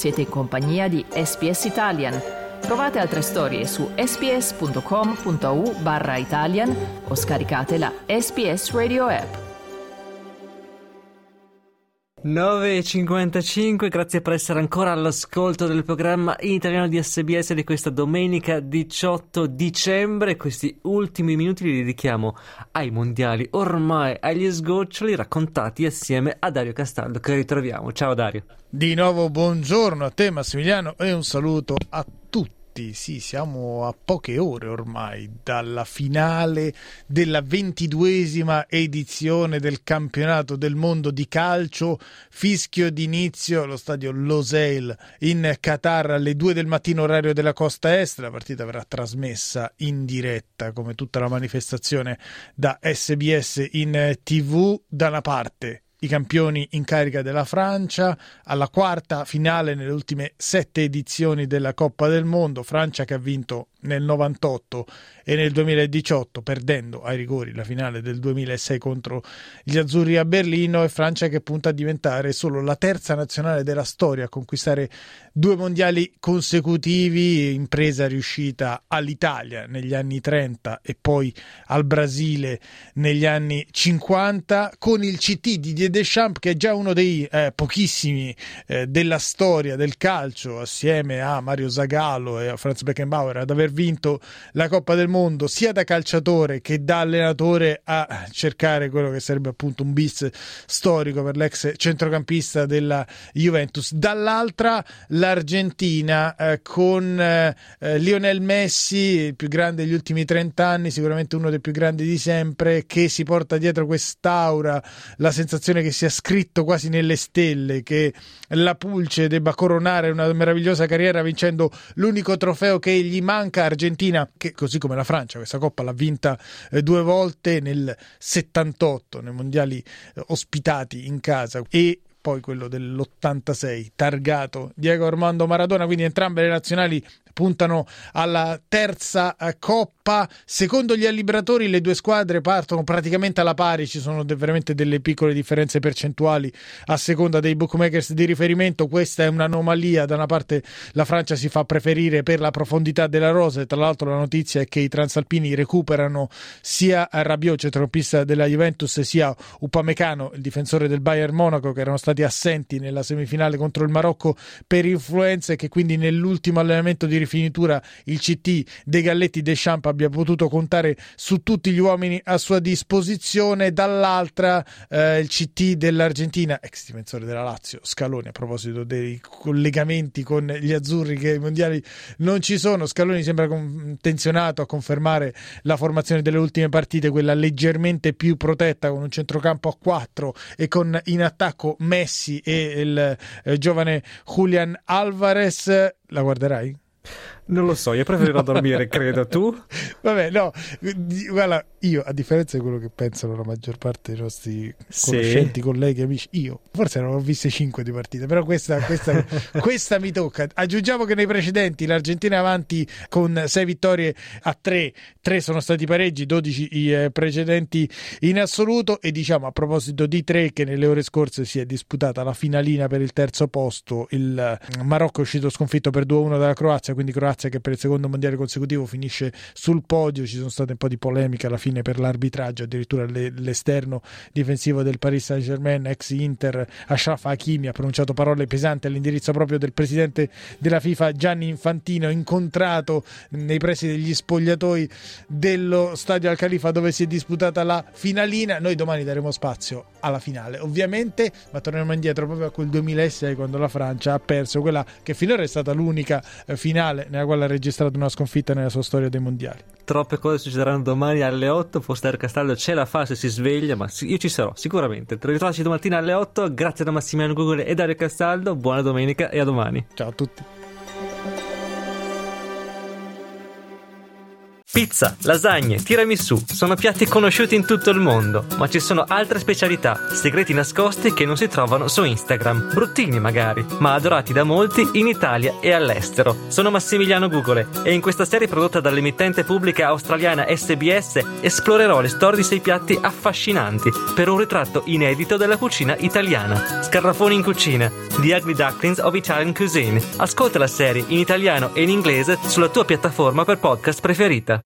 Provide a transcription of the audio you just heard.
Siete in compagnia di SBS Italian. Trovate altre storie su sbs.com.au/Italian o scaricate la SBS Radio app. 9.55, grazie per essere ancora all'ascolto del programma in italiano di SBS di questa domenica 18 dicembre. Questi ultimi minuti li dedichiamo ai mondiali, ormai agli sgoccioli, raccontati assieme a Dario Castaldo, che ritroviamo. Ciao Dario. Di nuovo buongiorno a te Massimiliano e un saluto a tutti. Sì, siamo a poche ore ormai dalla finale della 22esima edizione del campionato del mondo di calcio. Fischio d'inizio allo stadio Losail in Qatar alle 2 del mattino orario della costa est. La partita verrà trasmessa in diretta come tutta la manifestazione da SBS in TV. Da una parte i campioni in carica della Francia, alla quarta finale nelle ultime 7 edizioni della Coppa del Mondo. Francia che ha vinto nel 98 e nel 2018, perdendo ai rigori la finale del 2006 contro gli azzurri a Berlino, e Francia che punta a diventare solo la terza nazionale della storia a conquistare 2 mondiali consecutivi, impresa riuscita all'Italia negli anni 30 e poi al Brasile negli anni 50, con il CT di Didier Deschamps, che è già uno dei pochissimi della storia del calcio, assieme a Mario Zagallo e a Franz Beckenbauer, ad aver vinto la Coppa del Mondo sia da calciatore che da allenatore, a cercare quello che sarebbe appunto un bis storico per l'ex centrocampista della Juventus. Dall'altra l'Argentina con Lionel Messi, il più grande degli ultimi 30 anni, sicuramente uno dei più grandi di sempre, che si porta dietro quest'aura, la sensazione che sia scritto quasi nelle stelle che la Pulce debba coronare una meravigliosa carriera vincendo l'unico trofeo che gli manca. Argentina che, così come la Francia, questa Coppa l'ha vinta 2 volte, nel 78 nei mondiali ospitati in casa e poi quello dell'86 targato Diego Armando Maradona. Quindi entrambe le nazionali puntano alla terza Coppa. Secondo gli allibratori le 2 squadre partono praticamente alla pari, ci sono veramente delle piccole differenze percentuali a seconda dei bookmakers di riferimento. Questa è un'anomalia: da una parte la Francia si fa preferire per la profondità della rosa, e tra l'altro la notizia è che i transalpini recuperano sia Rabiot, centrocampista della Juventus, sia Upamecano, il difensore del Bayern Monaco, che erano stati assenti nella semifinale contro il Marocco per influenze, e che quindi nell'ultimo allenamento di rifinitura il CT dei Galletti Deschamps abbia potuto contare su tutti gli uomini a sua disposizione. Dall'altra il CT dell'Argentina, ex difensore della Lazio, Scaloni, a proposito dei collegamenti con gli azzurri che ai mondiali non ci sono. Scaloni sembra intenzionato a confermare la formazione delle ultime partite, quella leggermente più protetta, con un centrocampo a 4 e con in attacco Messi e il giovane Julián Álvarez. La guarderai? Non lo so, io preferirò dormire, credo. Tu? Vabbè, no, guarda, io, a differenza di quello che pensano la maggior parte dei nostri conoscenti, colleghi, amici, io forse non ho viste 5 di partite, però questa mi tocca. Aggiungiamo che nei precedenti l'Argentina è avanti con 6 vittorie a 3 sono stati pareggi, 12 i precedenti in assoluto. E diciamo, a proposito di 3, che nelle ore scorse si è disputata la finalina per il terzo posto. Il Marocco è uscito sconfitto per 2-1 dalla Croazia, quindi Croazia che per il secondo mondiale consecutivo finisce sul podio. Ci sono state un po' di polemiche alla fine per l'arbitraggio, addirittura l'esterno difensivo del Paris Saint-Germain, ex Inter, Achraf Hakimi, ha pronunciato parole pesanti all'indirizzo proprio del presidente della FIFA Gianni Infantino, incontrato nei pressi degli spogliatoi dello stadio Al Khalifa dove si è disputata la finalina. Noi domani daremo spazio alla finale ovviamente, ma torneremo indietro proprio a quel 2006, quando la Francia ha perso quella che finora è stata l'unica finale nella quale ha registrato una sconfitta nella sua storia dei mondiali. Troppe cose succederanno domani alle 8, forse Dario Castaldo ce la fa se si sveglia, ma io ci sarò sicuramente. Ritrovaci domattina alle 8, grazie da Massimiliano Gugole e Dario Castaldo, buona domenica e a domani. Ciao a tutti. Pizza, lasagne, tiramisù sono piatti conosciuti in tutto il mondo, ma ci sono altre specialità, segreti nascosti che non si trovano su Instagram, bruttini magari, ma adorati da molti in Italia e all'estero. Sono Massimiliano Gugole e in questa serie prodotta dall'emittente pubblica australiana SBS esplorerò le storie di 6 piatti affascinanti per un ritratto inedito della cucina italiana. Scarafoni in cucina, The Ugly Ducklings of Italian Cuisine. Ascolta la serie in italiano e in inglese sulla tua piattaforma per podcast preferita.